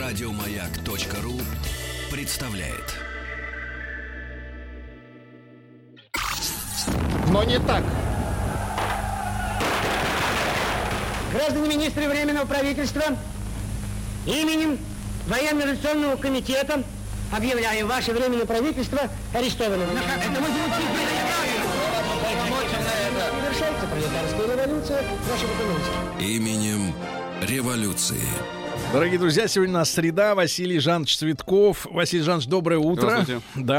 Радиомаяк.ру представляет. Но не так. Граждане министры Временного правительства, именем Военно-революционного комитета объявляю ваше Временное правительство арестованным. Это мы завершается пролетарская революция нашего экономики. Именем революции. Дорогие друзья, сегодня у нас среда. Василий Жанович Цветков. Василий Жанович, доброе утро. Здравствуйте.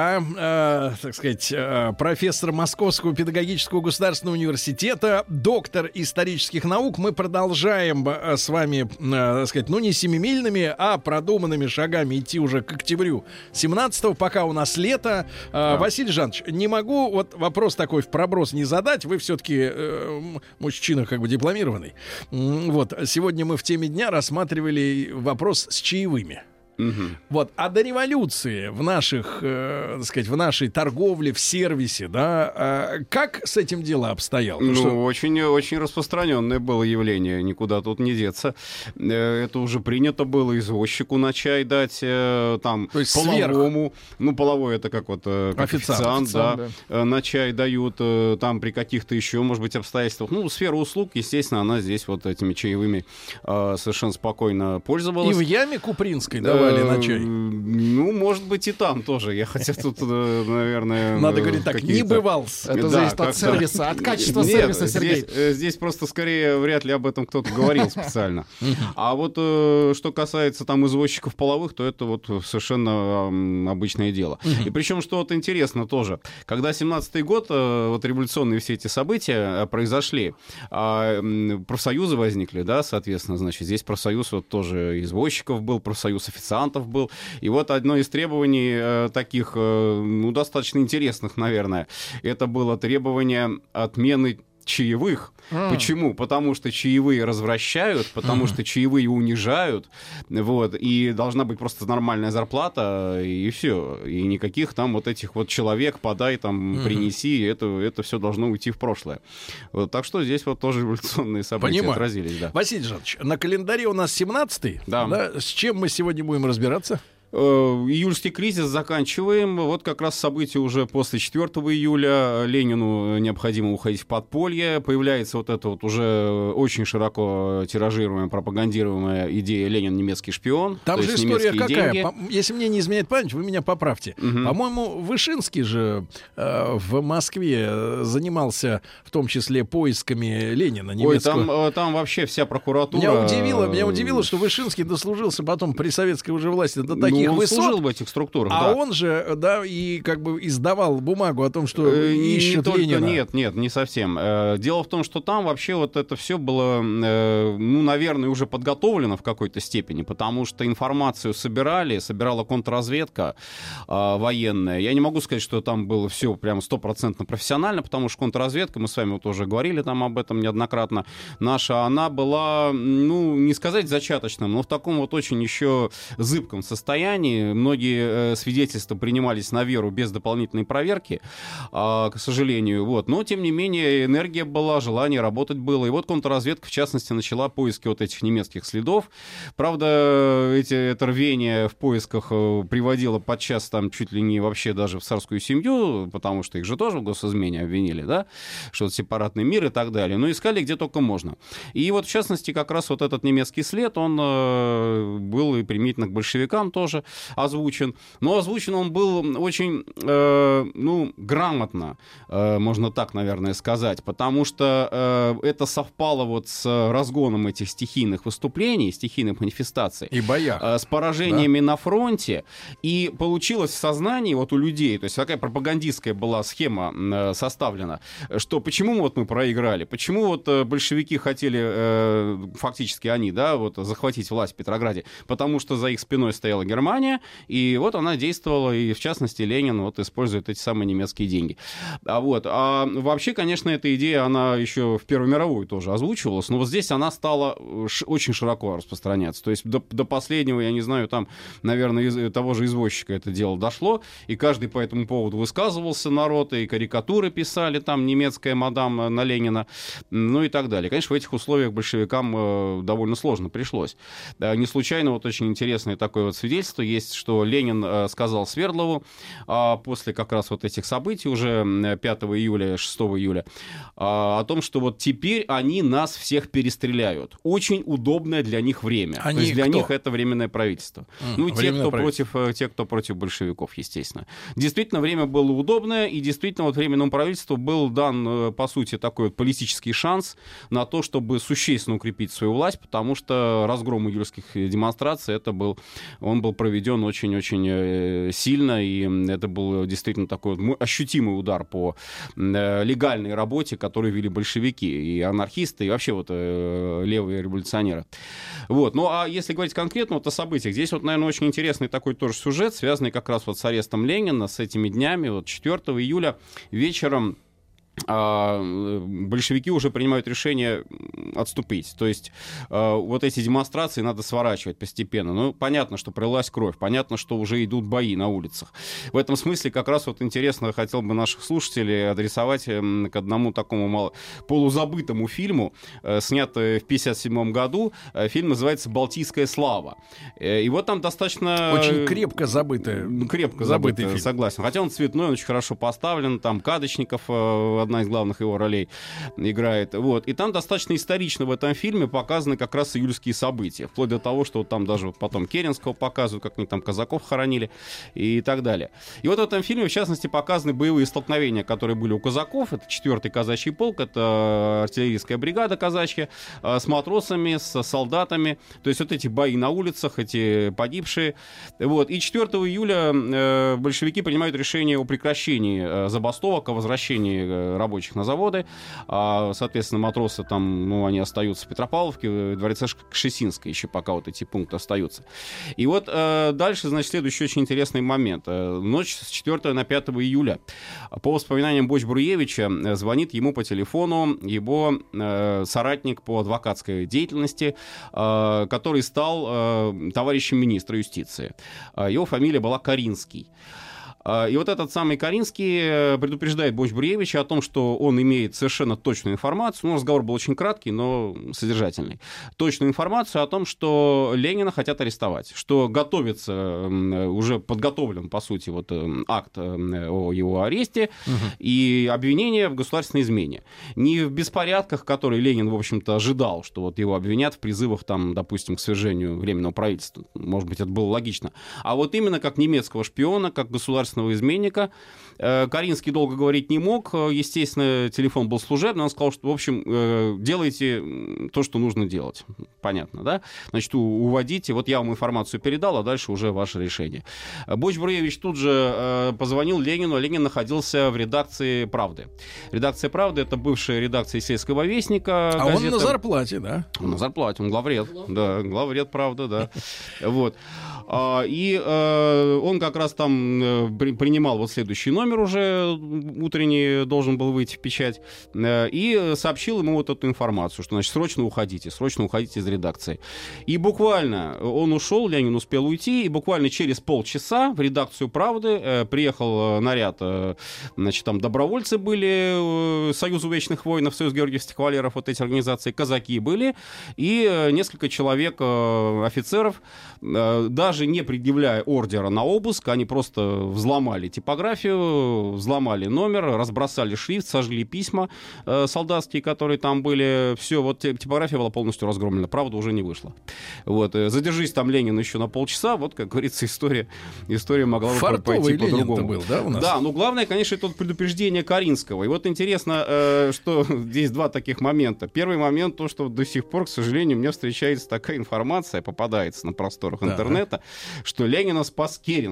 Да, так сказать, профессор Московского педагогического государственного университета, доктор исторических наук. Мы продолжаем с вами, так сказать, ну не семимильными, а продуманными шагами идти уже к октябрю 17-го, пока у нас лето. Василий Жанович, не могу вот вопрос такой в проброс не задать. Вы все-таки мужчина как бы дипломированный. Вот, сегодня мы в теме дня рассматривали вопрос с чаевыми. Вот, а до революции в наших, так сказать, в нашей торговле, в сервисе, да, как с этим дело обстояло? Очень распространенное было явление, никуда тут не деться. Это уже принято было извозчику на чай дать, там, то есть половому. Ну, половой это как вот как официант, да, на чай дают, там при каких-то еще, может быть, обстоятельствах. Ну, сфера услуг, естественно, она здесь вот этими чаевыми совершенно спокойно пользовалась. И в яме Купринской давали на чай? Ну, может быть, и там тоже. Я хотя тут, наверное... Надо говорить так, не бывал. Это зависит от сервиса, от качества сервиса, Сергей. Здесь просто скорее вряд ли об этом кто-то говорил специально. А вот что касается там извозчиков половых, то это вот совершенно обычное дело. И причем, что вот интересно тоже, когда 17-й год, вот революционные все эти события произошли, профсоюзы возникли, да, соответственно, значит, здесь профсоюз вот тоже извозчиков был, профсоюз официантов был. И вот одно из требований таких, ну, достаточно интересных, наверное, это было требование отмены чаевых. Почему? Потому что чаевые развращают, потому что чаевые унижают, вот, и должна быть просто нормальная зарплата, и все. И никаких там вот этих вот человек, подай, там, принеси, это все должно уйти в прошлое. Вот, так что здесь вот тоже революционные события отразились. Да. Василий Жанович, на календаре у нас 17-й. Да. С чем мы сегодня будем разбираться? Июльский кризис заканчиваем. Вот как раз события уже после 4 июля. Ленину необходимо уходить в подполье. Появляется вот эта вот уже очень широко тиражируемая, пропагандируемая идея «Ленин немецкий шпион». Там же история какая? Деньги. Если мне не изменяет память, вы меня поправьте. По-моему, Вышинский же в Москве занимался в том числе поисками Ленина немецкого. Ой, там вообще вся прокуратура... Меня удивило, что Вышинский дослужился потом при советской уже власти до таких он высот. служил в этих структурах, а он же, да, и как бы издавал бумагу о том, что ищут Ленина. Нет, не совсем. Дело в том, что там вообще вот это все было, ну, наверное, уже подготовлено в какой-то степени, потому что информацию собирала контрразведка военная. Я не могу сказать, что там было все прям 100% профессионально, потому что контрразведка, мы с вами вот уже говорили там об этом неоднократно, наша, она была, ну, не сказать зачаточным, но в таком вот очень еще зыбком состоянии. Многие свидетельства принимались на веру без дополнительной проверки, к сожалению. Вот. Но, тем не менее, энергия была, желание работать было. И вот контрразведка, в частности, начала поиски вот этих немецких следов. Правда, это рвение в поисках приводило подчас там чуть ли не вообще даже в царскую семью, потому что их же тоже в госизмене обвинили, да, что это сепаратный мир и так далее. Но искали где только можно. И вот, в частности, как раз вот этот немецкий след, он был и применительно к большевикам тоже озвучен. Но озвучен он был очень, ну, грамотно, можно так, наверное, сказать, потому что это совпало вот с разгоном этих стихийных выступлений, стихийных манифестаций. И боях. С поражениями на фронте. И получилось в сознании вот у людей, то есть такая пропагандистская была схема составлена, что почему вот мы проиграли, почему вот большевики хотели, фактически они, да, вот захватить власть в Петрограде, потому что за их спиной стояла Германия, Германия, и вот она действовала, и в частности Ленин вот использует эти самые немецкие деньги. А вообще, конечно, эта идея, она еще в Первую мировую тоже озвучивалась, но вот здесь она стала очень широко распространяться. То есть до последнего, я не знаю, там, наверное, из того же извозчика это дело дошло, и каждый по этому поводу высказывался, народ, и карикатуры писали, там, немецкая мадам на Ленина, ну и так далее. Конечно, в этих условиях большевикам довольно сложно пришлось. Не случайно вот очень интересное такое вот свидетельство есть, что Ленин сказал Свердлову после как раз вот этих событий уже 5 июля, 6 июля, о том, что вот теперь они нас всех перестреляют. Очень удобное для них время. То есть для них это временное правительство. Ну, те, кто против большевиков, естественно. Действительно, время было удобное, и действительно вот временному правительству был дан, по сути, такой вот политический шанс на то, чтобы существенно укрепить свою власть, потому что разгром июльских демонстраций, он был проведен очень-очень сильно, и это был действительно такой вот ощутимый удар по легальной работе, которую вели большевики, и анархисты, и вообще вот левые революционеры. Вот. Ну, а если говорить конкретно вот о событиях, здесь вот, наверное, очень интересный такой тоже сюжет, связанный как раз вот с арестом Ленина, с этими днями. Вот 4 июля вечером большевики уже принимают решение отступить. То есть вот эти демонстрации надо сворачивать постепенно. Ну, понятно, что пролилась кровь, понятно, что уже идут бои на улицах. В этом смысле как раз вот интересно, хотел бы наших слушателей адресовать к одному такому полузабытому фильму, снятый в 1957 году. Фильм называется «Балтийская слава». И вот там достаточно... Очень крепко забытый фильм. Согласен. Хотя он цветной, он очень хорошо поставлен. Там Кадочников, одна из главных его ролей, играет. Вот. И там достаточно исторично в этом фильме показаны как раз июльские события. Вплоть до того, что там даже потом Керенского показывают, как они там казаков хоронили и так далее. И вот в этом фильме, в частности, показаны боевые столкновения, которые были у казаков. Это 4-й казачий полк, это артиллерийская бригада казачья, с матросами, с солдатами. То есть вот эти бои на улицах, эти погибшие. Вот. И 4 июля большевики принимают решение о прекращении забастовок, о возвращении рабочих на заводы. Соответственно, матросы там, они остаются в Петропавловке, в дворце Кшесинской еще пока вот эти пункты остаются. И вот дальше, значит, следующий очень интересный момент. Ночь с 4 на 5 июля. По воспоминаниям Боч-Бруевича, звонит ему по телефону его соратник по адвокатской деятельности, который стал товарищем министра юстиции. Его фамилия была Каринский. И вот этот самый Каринский предупреждает Боч-Бруевича о том, что он имеет совершенно точную информацию. Разговор был очень краткий, но содержательный. Точную информацию о том, что Ленина хотят арестовать, что готовится, уже подготовлен, по сути, вот акт о его аресте и обвинение в государственной измене. Не в беспорядках, которые Ленин, в общем-то, ожидал, что вот его обвинят в призывах, там, допустим, к свержению Временного правительства. Может быть, это было логично. А вот именно как немецкого шпиона, как государственного изменника. Каринский долго говорить не мог. Естественно, телефон был служебный. Он сказал, что, в общем, делайте то, что нужно делать. Понятно, да? Значит, уводите. Вот я вам информацию передал, а дальше уже ваше решение. Боч-Бруевич тут же позвонил Ленину. А Ленин находился в редакции «Правды». Редакция «Правды» — это бывшая редакция «Сельского вестника». А газета. Он на зарплате, да? Он на зарплате, он главред. Да, главред «Правда», да. Вот. И он как раз там принимал вот следующий номер уже утренний, должен был выйти в печать, и сообщил ему вот эту информацию, что, значит, срочно уходите из редакции. И буквально он ушел, Ленин успел уйти, и буквально через полчаса в редакцию «Правды» приехал наряд, значит, там добровольцы были, Союз увечных воинов, Союз георгиевских кавалеров, вот эти организации, казаки были, и несколько человек, офицеров, даже не предъявляя ордера на обыск, они просто взломали типографию, взломали номер, разбросали шрифт, сожгли письма солдатские, которые там были. Все, вот типография была полностью разгромлена. Правда уже не вышла. Вот. Задержись там Ленин еще на полчаса, вот, как говорится, история могла бы пойти по-другому. Был, да, у нас? Да, но главное, конечно, это предупреждение Каринского. И вот интересно, что здесь два таких момента. Первый момент, то, что до сих пор, к сожалению, мне встречается такая информация, попадается на просторах интернета, что Ленина спас Керенский.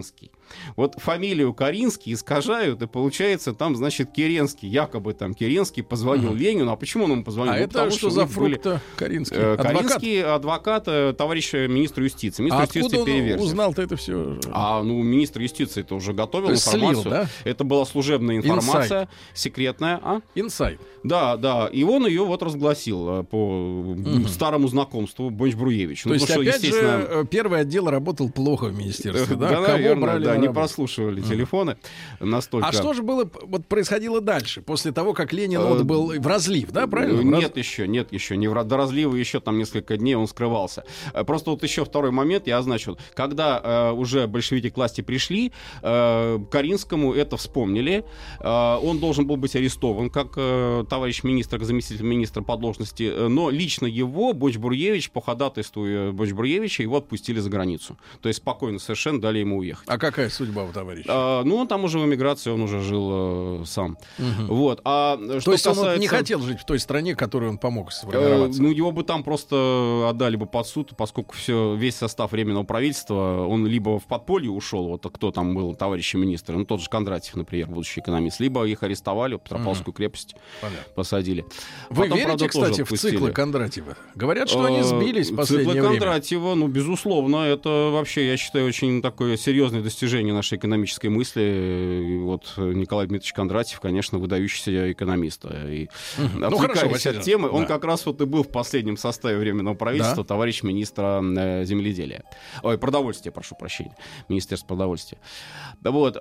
Вот фамилию Каринский искажают, и получается там, значит, Керенский. Якобы там Керенский позвонил Ленину. А почему он ему позвонил? А это что за фрукт Каринский? Каринский адвокат товарища министра юстиции. Министр юстиции откуда Переверзев. он узнал-то это все? Министр юстиции это уже готовил информацию. Слил, да? Это была служебная информация, секретная. Инсайд. Да. И он ее вот разгласил по старому знакомству Бонч-Бруевич. То есть, опять же, первый отдел работал плохо в министерстве, да? Да, наверное, да, не прослушивали телефоны настолько. А что же было, вот происходило дальше, после того, как Ленин был в разлив, да, правильно? Нет еще, до разлива еще там несколько дней он скрывался. Просто вот еще второй момент я означил. Когда уже большевики к власти пришли, Каринскому это вспомнили. Он должен был быть арестован как товарищ министр, как заместитель министра по должности, но лично его, Бонч-Бруевич, по ходатайству Бонч-Бруевича, его отпустили за границу. То есть спокойно совершенно дали ему уехать. А какая судьба у товарища? Он там уже в эмиграции, он уже жил сам. Вот. То есть он не хотел жить в той стране, которой он помог сформироваться? Его бы там просто отдали бы под суд, поскольку весь состав Временного правительства, он либо в подполье ушел, вот кто там был, товарищи министры, тот же Кондратьев, например, будущий экономист, либо их арестовали, в Петропавловскую крепость посадили. Вы верите, кстати, в циклы Кондратьева? Говорят, что они сбились в последнее время. Циклы Кондратьева, безусловно, это вообще, я считаю, очень такое серьезное достижение нашей экономической мысли. Вот Николай Дмитриевич Кондратьев, конечно, выдающийся экономист. И отвлекаясь от темы, он как раз вот и был в последнем составе Временного правительства, товарищ министра земледелия. Продовольствия, прошу прощения. Министерство продовольствия. Вот.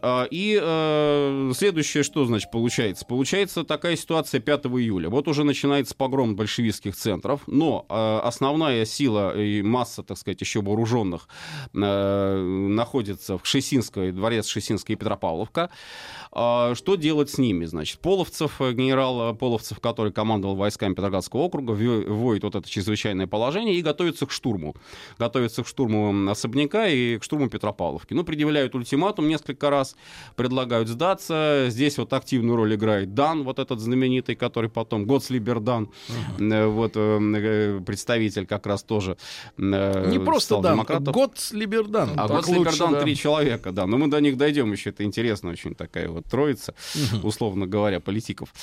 И следующее, что, значит, получается? Получается такая ситуация 5 июля. Вот уже начинается погром большевистских центров, но основная сила и масса, так сказать, еще вооруженных находится в Кшесинской, дворец Кшесинская и Петропавловка. Что делать с ними? Значит, Половцев, генерал Половцев, который командовал войсками Петроградского округа, вводит вот это чрезвычайное положение и готовится к штурму. Готовится к штурму особняка и к штурму Петропавловки. Предъявляют ультиматум несколько раз, предлагают сдаться. Здесь вот активную роль играет Дан, вот этот знаменитый, который потом, Готслибер Дан, вот представитель как раз тоже не просто Дан, Готслибер Дан. Готслибер Дан 3 человека, да. Но мы до них дойдем еще, это интересно очень такая вот троица, условно говоря, политиков.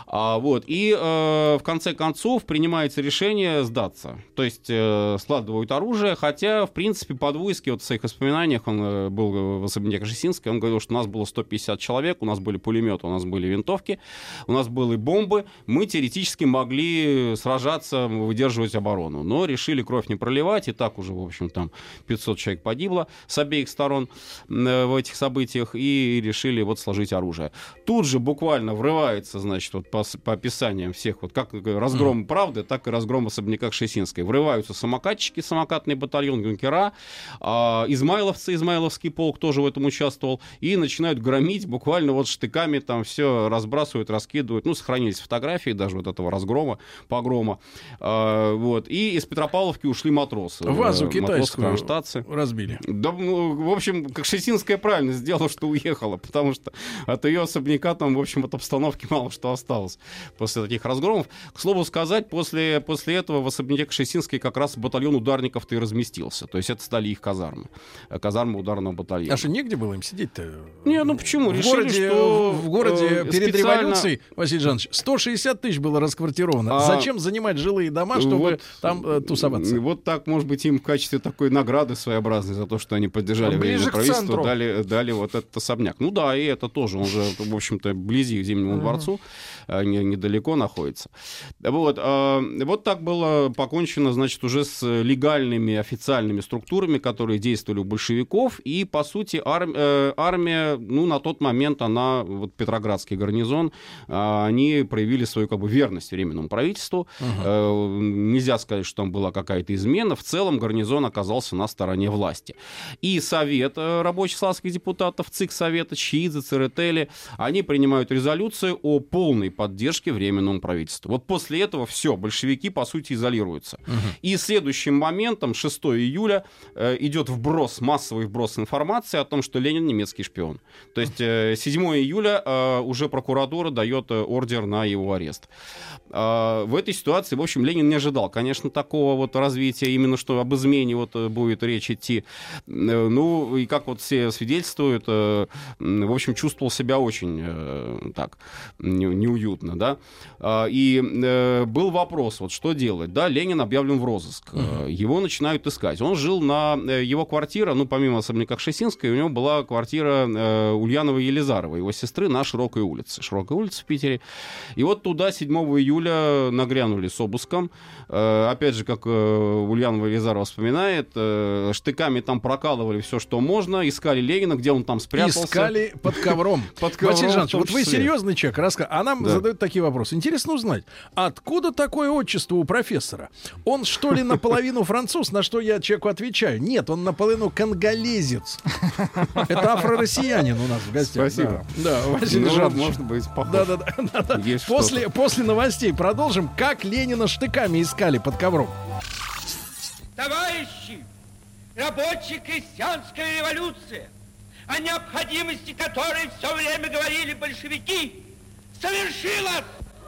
И в конце концов принимается решение сдаться. То есть складывают оружие, хотя, в принципе, Подвойский, вот в своих воспоминаниях, он был в особняке Кшесинской, он говорил, что у нас было 150 человек, у нас были пулеметы, у нас были винтовки, у нас были бомбы, мы теоретически могли сражаться, выдерживать оборону, но решили кровь не проливать, и так уже, в общем, там 500 человек погибло с обеих сторон в этих событиях, и решили вот сложить оружие. Тут же буквально врывается, значит, вот по описаниям всех, вот как разгром правды, так и разгром особняка Кшесинской. Врываются самокатчики, самокатный батальон, юнкера, измайловцы, измайловский полк тоже в этом участвовал, и начинают громить буквально вот штыками, там все разбрасывают, раскидывают. Сохранились фотографии даже вот этого разгрома, погрома. Вот. И из Петропавловки ушли матросы. Вазу китайскую разбили. Да, в общем, Кшесинская правильно сделала, что уехала, потому что от ее особняка там, в общем, от обстановки мало что осталось после таких разгромов. К слову сказать, после этого в особняке Кшесинской как раз батальон ударников-то и разместился. То есть это стали их казармы. Казармы ударного батальона. А что, негде было им сидеть-то? Не, почему? В городе перед революцией, Василий Жанович, 160 тысяч было расквартировано. Зачем занимать жилые дома, чтобы там тусоваться? Вот так, может быть, им в качестве такой награды своеобразной за то, что они поддержали Временное правительство, дали вот этот особняк. И это тоже, он же, в общем-то, вблизи к Зимнему дворцу, недалеко находится. Вот так было покончено, значит, уже с легальными официальными структурами, которые действовали у большевиков, и, по сути, армия, на тот момент она, вот Петроградский гарнизон, они проявили свою верность Временному правительству. Нельзя сказать, что там была какая-то измена. В целом гарнизон оказался на стороне власти. И Совет рабочих славянских депутатов, ЦИК Совета, Чиидзе, Церетели, они принимают резолюцию о полной поддержке Временному правительству. Вот после этого все, большевики, по сути, изолируются. И следующим моментом, 6 июля, идет массовый вброс информации о том, что Ленин немецкий шпион. То есть 7 июля уже прокуратура дает ордер на его арест. В этой ситуации, в общем, Ленин не ожидал, конечно, такого вот развития, именно что об измене вот будет речь идти. И как вот все свидетельствуют, в общем, чувствовал себя очень так неуютно, да. И был вопрос, вот что делать, да, Ленин объявлен в розыск, его начинают искать. Он жил его квартира, ну, помимо особняка Кшесинской, у него была квартира Ульяновой Елизаровой, его сестры, на Широкой улице. Широкая улица в Питере. И вот туда 7 июля нагрянули с обыском. Опять же, как Ульянова Елизарова вспоминает, штыками там прокалывали все, что можно, искали Ленина, где он там спрятался. Искали под ковром. Василий Жанович, вот вы серьезный человек, а нам задают такие вопросы. Интересно узнать, откуда такое отчество у профессора? Он что ли наполовину француз, на что я человеку отвечаю? Нет, он наполовину конголезец. Это афро-россиянин у нас в гостях. Спасибо. Да, Василий Жанович. Может быть, похож. Да. После новостей продолжим, как Ленина штыками искали под ковром. Товарищи, рабоче-крестьянская революция, о необходимости которой все время говорили большевики, совершилась!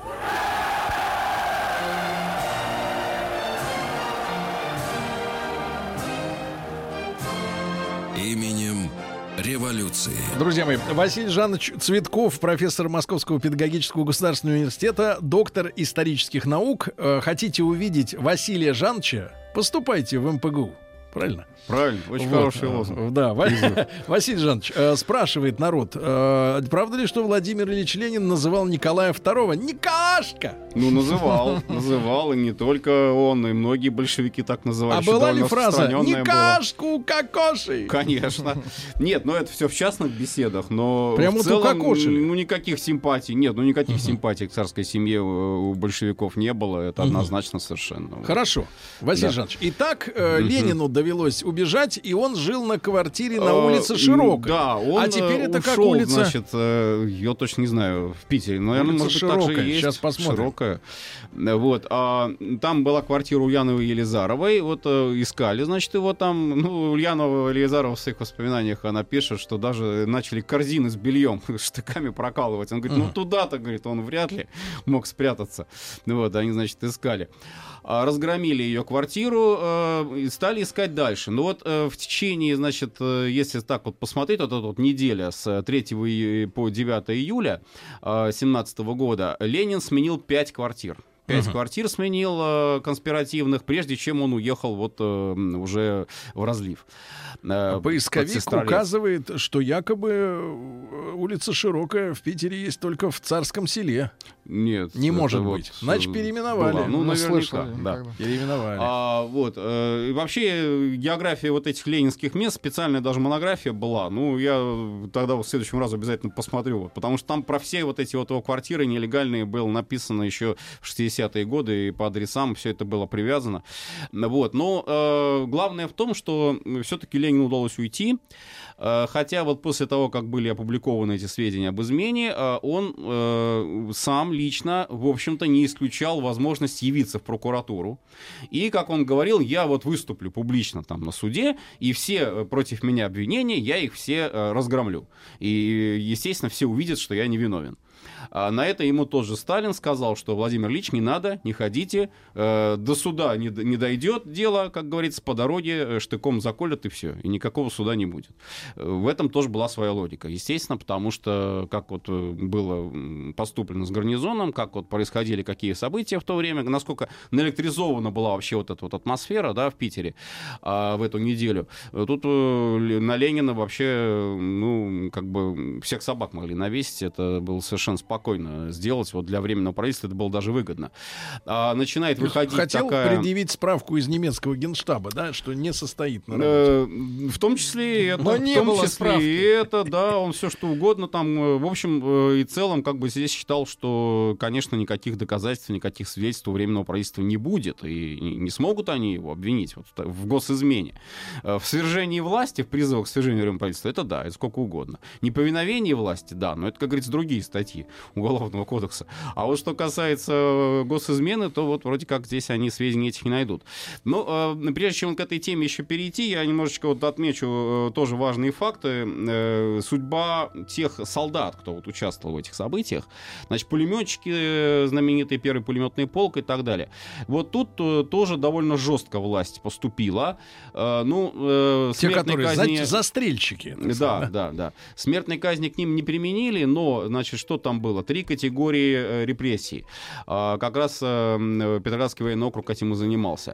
Именем революции. Друзья мои, Василий Жанович Цветков, профессор Московского педагогического государственного университета, доктор исторических наук. Хотите увидеть Василия Жановича? Поступайте в МПГУ. Правильно? Правильно, очень хороший лозунг. Да, Василий Жанович, спрашивает народ, правда ли, что Владимир Ильич Ленин называл Николая II Никашка? Ну, называл, и не только он, и многие большевики так называли. А была ли фраза «Никашку кокоши»? Конечно. Нет, ну это все в частных беседах, но прямо в целом, укокошили. ну никаких симпатий, никаких симпатий к царской семье у большевиков не было, это однозначно совершенно. Хорошо, Василий Жанович, итак, Ленину довелось убежать, и он жил на квартире на улице Широкой. Да, он а теперь это как ушел, улица? Значит, я точно не знаю, в Питере. Наверное, улица может Широкая. быть, так же есть. Сейчас посмотрим. Широкая. Вот. Там была квартира Ульяновой Елизаровой. Вот искали, значит, его там. Ну, Ульянова Елизарова в своих воспоминаниях, она пишет, что даже начали корзины с бельем штыками прокалывать. Он говорит, ну туда-то, говорит, он вряд ли мог спрятаться. Вот, они, значит, искали. Разгромили ее квартиру и стали искать дальше. Но вот в течение, значит, если так вот посмотреть, вот эта вот неделя с 3 по 9 июля 1917 года Ленин сменил 5 квартир. 5 квартир сменил конспиративных, прежде чем он уехал вот уже в разлив. Поисковик указывает, что якобы улица Широкая в Питере есть только в Царском селе. Нет. Не может быть. Значит, переименовали. Была. Ну, наверняка. Да. Переименовали. Вот. И вообще, география вот этих ленинских мест, специальная даже монография была. Ну, я тогда в следующем разу обязательно посмотрю. Потому что там про все вот эти вот его квартиры нелегальные было написано еще в 60-е годы, и по адресам все это было привязано. Вот. Но главное в том, что все-таки Ленину удалось уйти. Хотя вот после того, как были опубликованы эти сведения об измене, он сам лично, в общем-то, не исключал возможность явиться в прокуратуру. И, как он говорил, я вот выступлю публично там на суде, и все против меня обвинения, я их все разгромлю. И, естественно, все увидят, что я невиновен. На это ему тоже Сталин сказал, что Владимир Ильич, не надо, не ходите, до суда не дойдет дело, как говорится, по дороге штыком заколят и все, и никакого суда не будет. В этом тоже была своя логика, естественно, потому что как вот было поступлено с гарнизоном, как вот происходили какие события в то время, насколько наэлектризована была вообще вот эта вот атмосфера, да, в Питере в эту неделю. Тут на Ленина вообще, ну, как бы всех собак могли навесить, это было совершенно спокойно сделать. Вот для Временного правительства это было даже выгодно. Начинает выходить Хотел такая... предъявить справку из немецкого генштаба, да, что не состоит на работе. В том числе и это. Но не было справки. И это, да, он все что угодно там. В общем и целом, как бы здесь считал, что, конечно, никаких доказательств, никаких свидетельств у Временного правительства не будет. И не смогут они его обвинить вот в госизмене. В свержении власти, в призывах к свержению Временного правительства, это да, это сколько угодно. Неповиновение власти, да, но это, как говорится, другие статьи. статьи Уголовного кодекса. А вот что касается госизмены, то вот вроде как здесь они сведения этих не найдут. Но прежде чем к этой теме еще перейти, я немножечко вот отмечу тоже важные факты. Судьба тех солдат, кто вот участвовал в этих событиях, значит, пулеметчики, знаменитый первый пулеметный полк и так далее. Вот тут тоже довольно жестко власть поступила. Те, которые застрельщики. Да. Смертной казни к ним не применили, но, значит, что там было? 3 категории репрессий. Как раз Петроградский военный округ этим и занимался.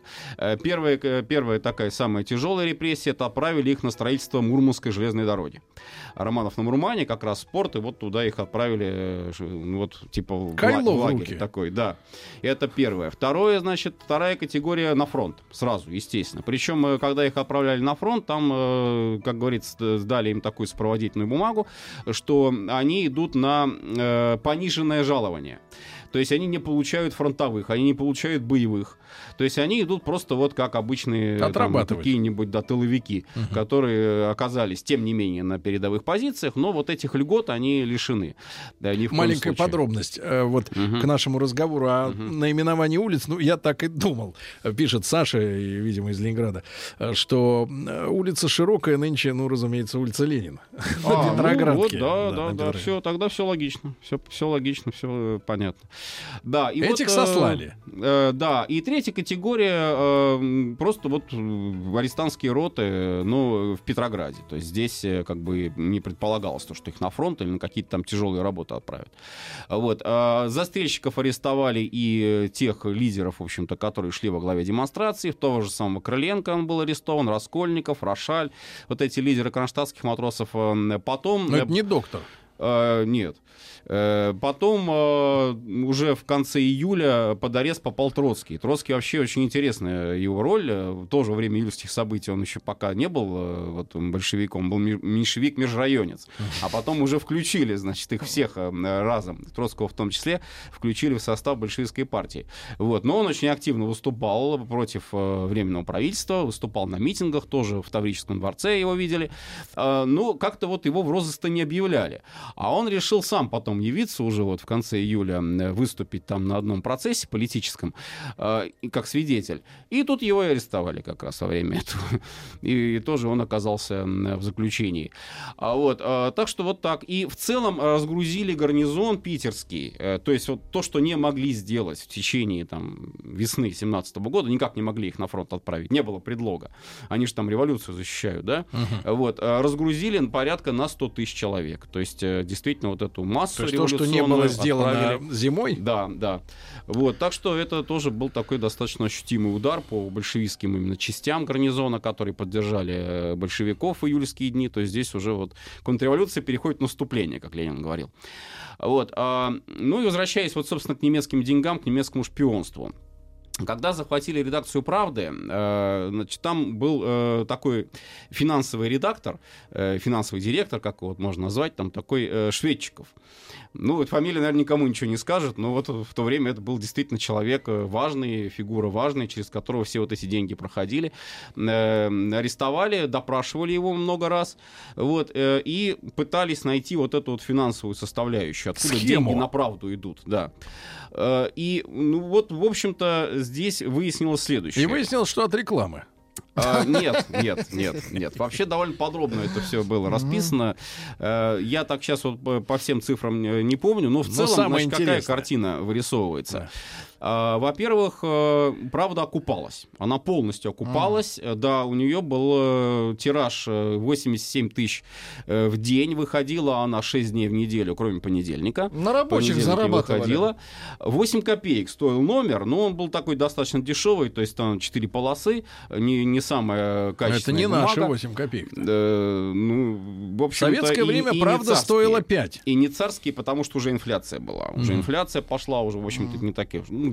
Первая такая самая тяжелая репрессия — это отправили их на строительство Мурманской железной дороги. Романов на Мурмане, как раз спорт, и вот туда их отправили, вот типа в лагерь такой, да. Это первое. Вторая категория на фронт, сразу, естественно. Причем, когда их отправляли на фронт, там, как говорится, сдали им такую сопроводительную бумагу, что они идут на пониженное жалование. То есть они не получают фронтовых, они не получают боевых. То есть они идут просто вот как обычные какие-нибудь тыловики, которые оказались, тем не менее, на передовых позициях, но вот этих льгот они лишены. Да, маленькая подробность вот к нашему разговору о наименовании улиц. Ну, я так и думал, пишет Саша, видимо, из Ленинграда, что улица широкая нынче, разумеется, улица Ленина. На Петроградке. Да, все, тогда все логично. Все логично, все понятно. Да, и этих сослали. Да, и третья категория просто вот арестантские роты, в Петрограде. То есть здесь как бы не предполагалось, что их на фронт или на какие-то там тяжелые работы отправят. Вот. Застрельщиков арестовали и тех лидеров, в общем-то, которые шли во главе демонстрации. Того же самого Крыленко он был арестован, Раскольников, Рошаль. Вот эти лидеры кронштадтских матросов. Потом... Но это не доктор. Нет. Потом уже в конце июля под арест попал Троцкий. Троцкий вообще очень интересная его роль. Тоже во время июльских событий он еще пока не был большевиком, он был меньшевик-межрайонец. А потом уже включили, значит, их всех разом, Троцкого в том числе, включили в состав большевистской партии. Вот. Но он очень активно выступал против Временного правительства, выступал на митингах, тоже в Таврическом дворце его видели. Но как-то вот его в розыск-то не объявляли. А он решил сам потом явиться уже вот в конце июля, выступить там на одном процессе политическом, как свидетель. И тут его и арестовали как раз во время этого. И тоже он оказался в заключении. Так что вот так. И в целом разгрузили гарнизон питерский. То есть вот то, что не могли сделать в течение весны 17 года, никак не могли их на фронт отправить. Не было предлога. Они же там революцию защищают, да? Разгрузили порядка на 100 тысяч человек. То есть действительно вот эту массу то, что не было сделано зимой? Да. Вот, так что это тоже был такой достаточно ощутимый удар по большевистским именно частям гарнизона, которые поддержали большевиков в июльские дни. То есть здесь уже вот контрреволюция переходит в наступление, как Ленин говорил. Вот. Ну и возвращаясь вот, собственно, к немецким деньгам, к немецкому шпионству. Когда захватили редакцию «Правды», значит, там был такой финансовый редактор, финансовый директор, как его можно назвать, там такой Шведчиков. Вот фамилия, наверное, никому ничего не скажет, но вот в то время это был действительно человек важный, фигура важная, через которого все вот эти деньги проходили. Арестовали, допрашивали его много раз, вот, и пытались найти вот эту вот финансовую составляющую, откуда деньги на «Правду» идут, да. И, вот, в общем-то, здесь выяснилось следующее. И выяснилось, что от рекламы. Нет. Вообще довольно подробно это все было расписано. Я так сейчас вот по всем цифрам не помню, но в целом, значит, какая картина вырисовывается. Во-первых, «Правда» окупалась. Она полностью окупалась. Да, у нее был тираж 87 тысяч в день. Выходила она 6 дней в неделю, кроме понедельника. На рабочих зарабатывали. Выходила. 8 копеек стоил номер, но он был такой достаточно дешевый, то есть там 4 полосы, не самая качественная бумага. Это не наши 8 копеек. В советское время «Правда» стоила 5. И не царские, потому что уже инфляция была. Уже инфляция пошла, уже, в общем-то, не такие.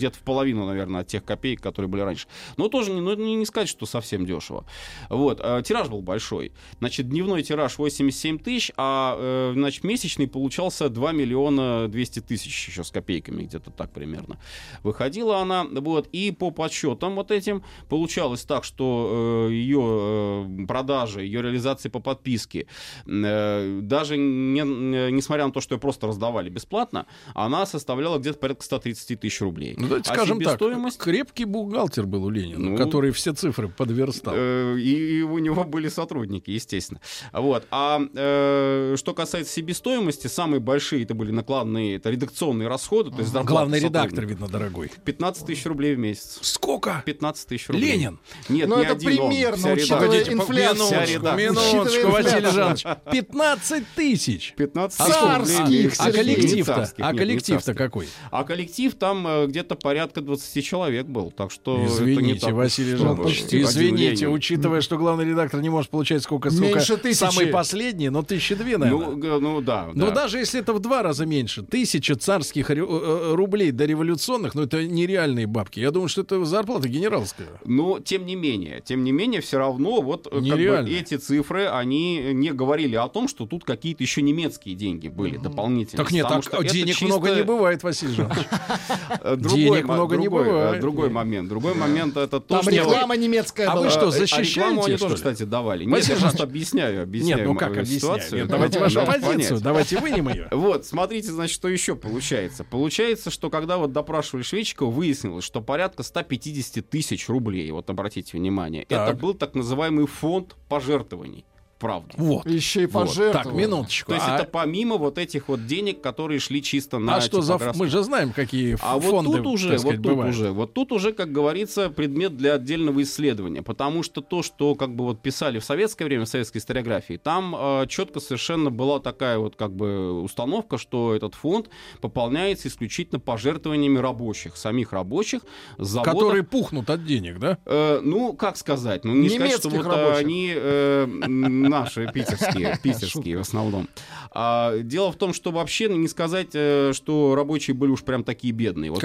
где-то в половину, наверное, от тех копеек, которые были раньше. Но тоже не сказать, что совсем дешево. Вот. Тираж был большой. Значит, дневной тираж 87 тысяч, а значит, месячный получался 2 миллиона 200 тысяч еще с копейками, где-то так примерно. Выходила она, вот, и по подсчетам вот этим получалось так, что ее продажи, ее реализации по подписке, даже несмотря на то, что ее просто раздавали бесплатно, она составляла где-то порядка 130 тысяч рублей. Ну, давайте скажем так, крепкий бухгалтер был у Ленина, который все цифры подверстал. И у него были сотрудники, естественно. Вот. А что касается себестоимости, самые большие это были накладные, это редакционные расходы. То есть главный редактор, видно, дорогой. 15 тысяч рублей в месяц. Сколько? 15 тысяч рублей. Ленин? Нет, но не это один примерно, он. учитывая инфляцию. Минуточку, Василий Жанович. 15 тысяч. 15 царских. А коллектив-то какой? А коллектив там где-то порядка 20 человек был. Так что извините, Василий Жанович, извините, учитывая, что главный редактор не может получать сколько, самый последний, но 1002, наверное. Ну да. Но даже если это в 2 раза меньше, 1000 царских рублей до революционных, ну это нереальные бабки. Я думаю, что это зарплата генеральская. Но тем не менее, все равно вот как бы эти цифры, они не говорили о том, что тут какие-то еще немецкие деньги были дополнительные. Так нет, денег много не бывает, Василий Жанович. Денег много не бывает. Другой момент это то, там что... реклама немецкая была. А вы что, защищаете, рекламу они тоже, кстати, давали. Нет, я просто объясняю Нет, ну как ситуацию. объясняю? Давайте вашу позицию, давайте вынем ее. Вот, смотрите, значит, что еще получается. Получается, что когда вот допрашивали Швейчикова, выяснилось, что порядка 150 тысяч рублей, вот обратите внимание, это был так называемый фонд пожертвований. Правду. Вот. Еще и пожертвовали. Так, минуточку. То есть это помимо вот этих вот денег, которые шли чисто на... А что за... Мы же знаем, какие фонды, вот тут уже, как говорится, предмет для отдельного исследования. Потому что то, что как бы вот писали в советское время, в советской историографии, там четко совершенно была такая вот как бы установка, что этот фонд пополняется исключительно пожертвованиями рабочих, самих рабочих, заводов. Которые пухнут от денег, да? Ну, как сказать? Ну, не сказать, что вот они... Наши питерские в основном. Дело в том, что вообще не сказать, что рабочие были уж прям такие бедные. Вот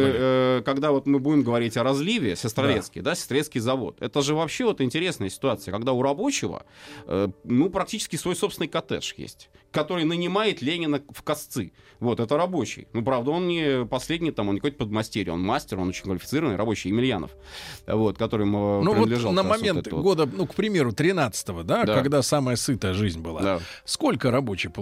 когда вот мы будем говорить о разливе, Сестрорецкий, да, Сестрорецкий завод, это же вообще вот интересная ситуация, когда у рабочего, ну, практически свой собственный коттедж есть, который нанимает Ленина в косцы. Вот, это рабочий. Ну, правда, он не последний, там, он не какой-то подмастерье, он мастер, он очень квалифицированный рабочий, Емельянов, вот, который ему принадлежал. Ну, вот на момент года, ну, к примеру, 13-го, да, когда самая сытая жизнь была, сколько рабочих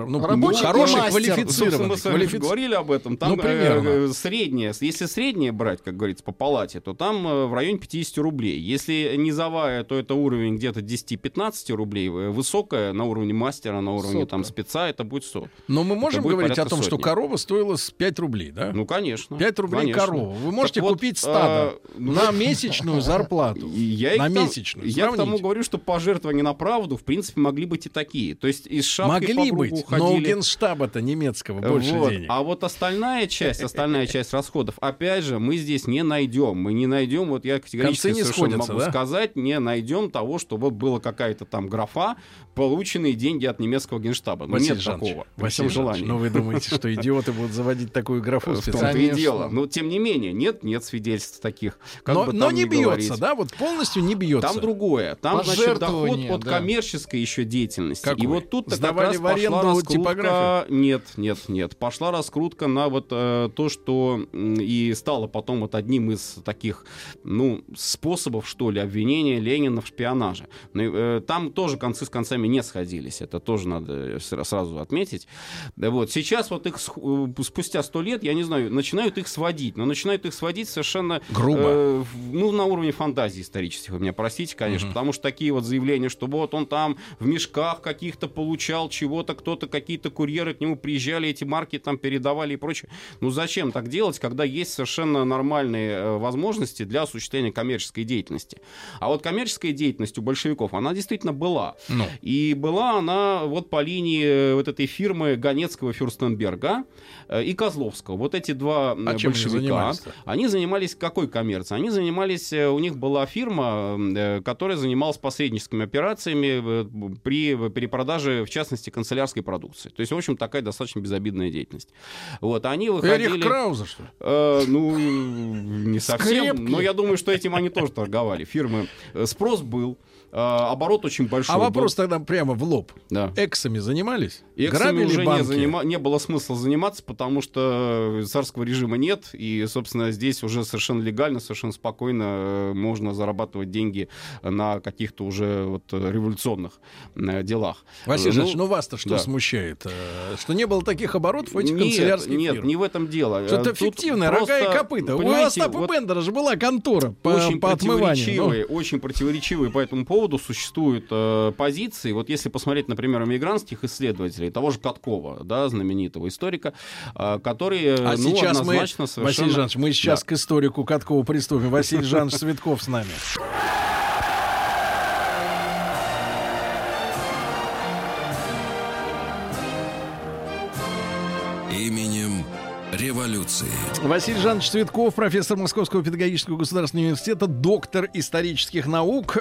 хороших, квалифицированных? Мы говорили об этом. Там среднее, если среднее брать, как говорится, по палате, то там в районе 50 рублей. Если низовая, то это уровень где-то 10-15 рублей. Высокая на уровне мастера, на уровне там спеца, это будет 100. Но мы можем говорить о том, что корова стоила 5 рублей, да? Ну, конечно. 5 рублей корова. Вы можете купить стадо на месячную зарплату. На месячную. Я к тому говорю, что пожертвования на правду, в принципе, могли быть и такие. То есть из шапки могли быть, но у Генштаба-то немецкого больше денег. А вот остальная часть расходов, опять же, мы здесь не найдем. Мы не найдем, вот я категорически совершенно могу сказать, не найдем того, что вот была какая-то там графа, полученные деньги от немецкого Генштаба. Но нет такого. Василий Жанович, но вы думаете, что идиоты будут заводить такую графу специально? В том-то и дело. Но, тем не менее, нет свидетельств таких. Но не бьется, да? Вот полностью не бьется. Там другое. Там, значит, доход от коммерческой еще деятельности. Какой? И вот тут-то сдавали как раз в аренду типографию? Нет. Пошла раскрутка на вот то, что и стало потом вот одним из таких, ну, способов, что ли, обвинения Ленина в шпионаже. Там тоже концы с концами не сходились. Это тоже надо сразу отметить. Вот. Сейчас вот их спустя 100 лет, я не знаю, начинают их сводить. Но начинают их сводить совершенно... грубо. Ну, на уровне фантазии исторических. Вы меня простите, конечно. Потому что такие вот заявления, что вот он там в мешках каких-то получал чего-то, кто-то, какие-то курьеры к нему приезжали, эти марки там передавали и прочее. Ну, зачем так делать, когда есть совершенно нормальные возможности для осуществления коммерческой деятельности? А вот коммерческая деятельность у большевиков, она действительно была. И была она вот по линии имени вот этой фирмы Ганецкого Фюрстенберга и Козловского. Вот эти два большевика, они занимались какой коммерцией? Они занимались, у них была фирма, которая занималась посредническими операциями при перепродаже, в частности, канцелярской продукции. То есть, в общем, такая достаточно безобидная деятельность. Вот, они выходили... Эрих Крауза, что ли? Ну, не совсем. Скрепки. Но я думаю, что этим они тоже торговали. Фирмы. Спрос был. Оборот очень большой. А вопрос тогда прямо в лоб. Да. Эксами занимались? Эксами уже не было смысла заниматься, потому что царского режима нет. И, собственно, здесь уже совершенно легально, совершенно спокойно можно зарабатывать деньги на каких-то уже вот революционных делах. Василий Жанович, ну вас-то что смущает? Что не было таких оборотов у этих канцелярских фирм? Нет, не в этом дело. Что-то фиктивное, рога и копыта. У Остапа Бендера же была контора по отмыванию. Очень противоречивые по этому поводу существуют позиции. Вот если посмотреть, например, эмигрантских исследователей, того же Каткова, да, знаменитого историка, который сейчас однозначно совершенно... Василий Жанович, мы сейчас к историку Каткова приступим. Василий Жанович Цветков с нами. Именем революции. Василий Жанович Цветков, профессор Московского педагогического государственного университета, доктор исторических наук.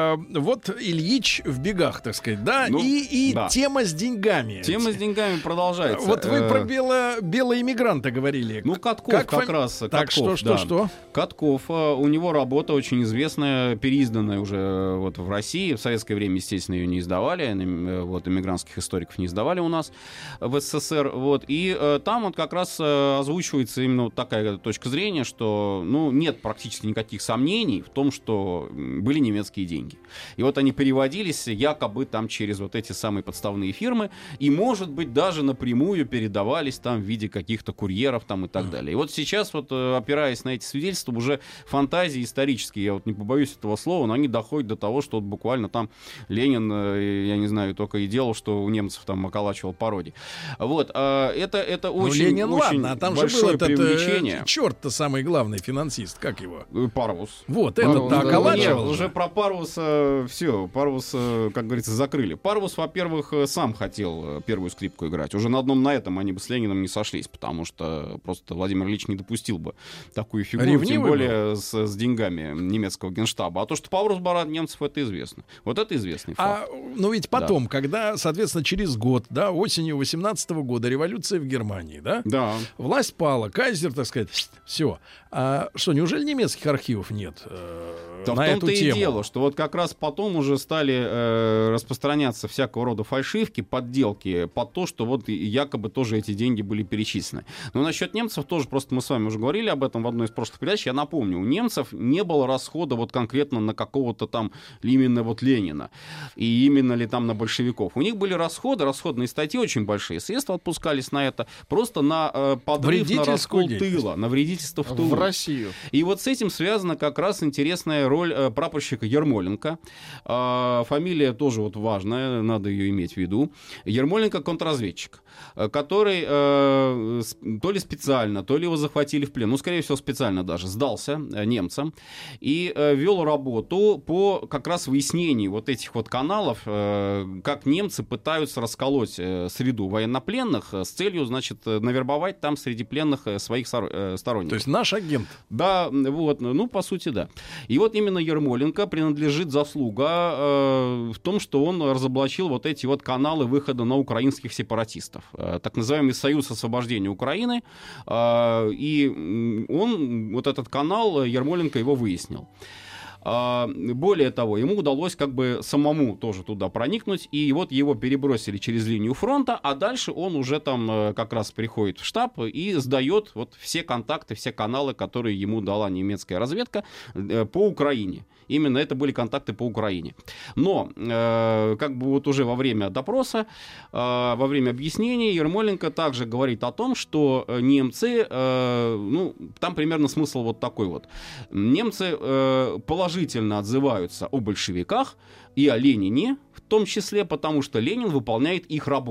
Вот Ильич в бегах, так сказать, да? Да. Тема с деньгами. Тема с деньгами продолжается. Вот вы про белоэмигранта говорили. Ну, Катков как раз. Так, Катков, что? Катков, у него работа очень известная, переизданная уже вот в России. В советское время, естественно, ее не издавали. Вот, эмигрантских историков не издавали у нас в СССР. Вот, и там вот как раз озвучивается именно вот такая точка зрения, что нет практически никаких сомнений в том, что были немецкие деньги. И вот они переводились якобы там через вот эти самые подставные фирмы, и, может быть, даже напрямую передавались там в виде каких-то курьеров там и так далее. И вот сейчас, вот опираясь на эти свидетельства, уже фантазии исторические, я вот не побоюсь этого слова, но они доходят до того, что вот буквально там Ленин, я не знаю, только и делал, что у немцев там околачивал пародии. Вот, это очень... Ленин, ладно. А там же был этот черт-то самый главный финансист, как его? Парвус. Вот, этот околачивал. Уже про Парвуса все, Парвус, как говорится, закрыли. Парвус, во-первых, сам хотел первую скрипку играть. Уже на одном на этом они бы с Лениным не сошлись, потому что просто Владимир Ильич не допустил бы такую фигуру, ревнивый тем более с деньгами немецкого генштаба. А то, что Парвус брат немцев, это известно. Вот это известный факт. Но ведь потом, когда, соответственно, через год, да, осенью 18 года, революция в Германии, да? Да. Власть пала, кайзер, так сказать, все. А что, неужели немецких архивов нет да на эту тему? В том-то и дело, что вот как раз потом уже стали распространяться всякого рода фальшивки, подделки под то, что вот якобы тоже эти деньги были перечислены. Но насчет немцев тоже, просто мы с вами уже говорили об этом в одной из прошлых передач, я напомню, у немцев не было расхода вот конкретно на какого-то там именно вот Ленина и именно ли там на большевиков. У них были расходные статьи очень большие, средства отпускались на это, просто на подрыв, на раскол тыла, на вредительство в тылу. В Россию. И вот с этим связана как раз интересная роль прапорщика Ермоленко. Фамилия тоже вот важная, надо ее иметь в виду. Ермоленко — контрразведчик, который то ли специально, то ли его захватили в плен, скорее всего, специально даже, сдался немцам и вел работу по как раз выяснению вот этих вот каналов, как немцы пытаются расколоть среду военнопленных с целью, значит, навербовать там среди пленных своих сторонников. То есть наш агент. Да, вот, по сути, да. И вот именно Ермоленко принадлежит заслуга в том, что он разоблачил вот эти вот каналы выхода на украинских сепаратистов. Так называемый Союз освобождения Украины. И он, вот этот канал, Ермоленко его выяснил. Более того, ему удалось как бы самому тоже туда проникнуть, и вот его перебросили через линию фронта, а дальше он уже там как раз приходит в штаб и сдает вот все контакты, все каналы, которые ему дала немецкая разведка по Украине. Именно это были контакты по Украине. Но как бы вот уже во время допроса, во время объяснений Ермоленко также говорит о том, что немцы, там примерно смысл вот такой вот. Немцы положительно отзываются о большевиках и о Ленине, в том числе потому, что Ленин выполняет их работу.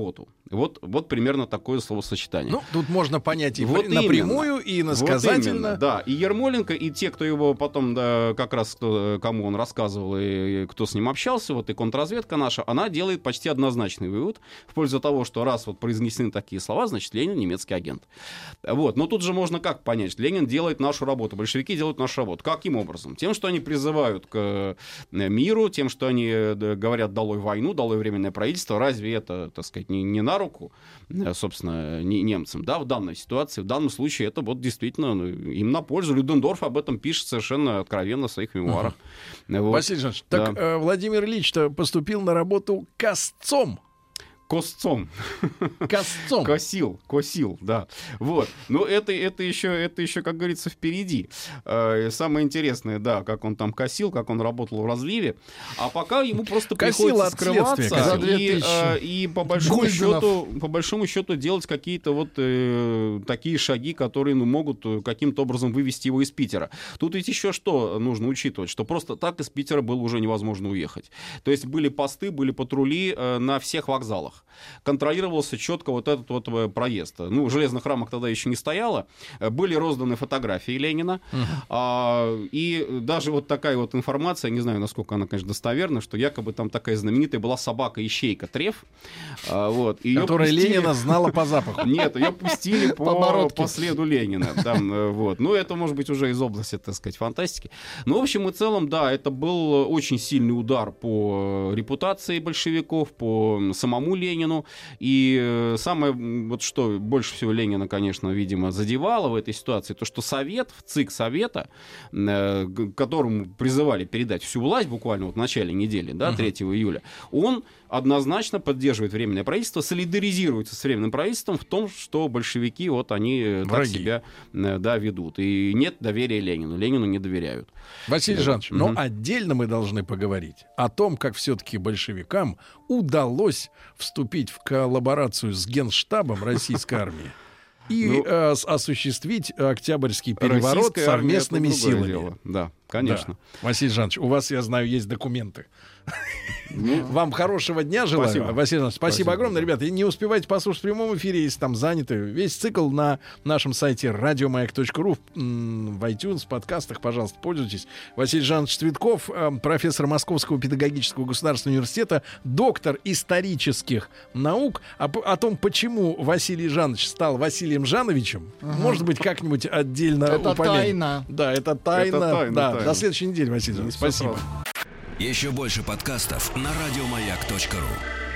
Вот примерно такое словосочетание. Ну, тут можно понять и вот напрямую, и иносказательно. Вот да, и Ермоленко, и те, кто его потом, да, как раз кому он рассказывал, и кто с ним общался, вот и контрразведка наша, она делает почти однозначный вывод в пользу того, что раз вот произнесены такие слова, значит, Ленин немецкий агент. Вот. Но тут же можно как понять, что Ленин делает нашу работу, большевики делают нашу работу. Каким образом? Тем, что они призывают к миру, тем, что они говорят «долой войну», «долой временное правительство». Разве это, так сказать, не на руку, собственно, немцам, да, в данной ситуации, в данном случае это вот действительно им на пользу. Людендорф об этом пишет совершенно откровенно в своих мемуарах. Вот. Василий Жанович, так Владимир Ильич-то поступил на работу косцом. Косцом. Косцом. Косил, да. Вот. Но это еще, как говорится, впереди. Самое интересное, да, как он там косил, как он работал в разливе. А пока ему просто приходится скрываться и по большому счету делать какие-то вот такие шаги, которые могут каким-то образом вывести его из Питера. Тут ведь еще что нужно учитывать, что просто так из Питера было уже невозможно уехать. То есть были посты, были патрули на всех вокзалах. Контролировался четко вот этот вот проезд. Ну, железных рамок тогда еще не стояло. Были розданы фотографии Ленина. И даже вот такая вот информация, не знаю, насколько она, конечно, достоверна, что якобы там такая знаменитая была собака-ищейка Треф. Вот, которая Ленина знала по запаху. Нет, ее пустили по следу Ленина. Там, вот. Ну, это, может быть, уже из области, так сказать, фантастики. Но, в общем и целом, да, это был очень сильный удар по репутации большевиков, по самому Ленину. И самое, вот что больше всего Ленина, конечно, видимо, задевало в этой ситуации, то, что Совет, ЦИК Совета, которому призывали передать всю власть буквально вот в начале недели, да, 3 июля, он однозначно поддерживает Временное правительство, солидаризируется с Временным правительством в том, что большевики, вот они так себя, да, ведут. И нет доверия Ленину. Ленину не доверяют. Василий Жанович, но отдельно мы должны поговорить о том, как все-таки большевикам удалось вступить в коллаборацию с Генштабом российской армии и осуществить Октябрьский переворот совместными силами. Дело. Да, конечно. Да. Василий Жанович, у вас, я знаю, есть документы. Вам хорошего дня желаю. Спасибо. Василий Жанович, спасибо огромное, ребята. И не успевайте послушать в прямом эфире, если там заняты. Весь цикл на нашем сайте radiomayak.ru, в iTunes, в подкастах, пожалуйста, пользуйтесь. Василий Жанович Цветков, профессор Московского педагогического государственного университета, доктор исторических наук. О том, почему Василий Жанович стал Василием Жановичем, может быть, как-нибудь отдельно это упомянем. Тайна. Да, это тайна. Да. До следующей недели, Василий Жанович. Спасибо. Еще больше подкастов на радиомаяк.ру.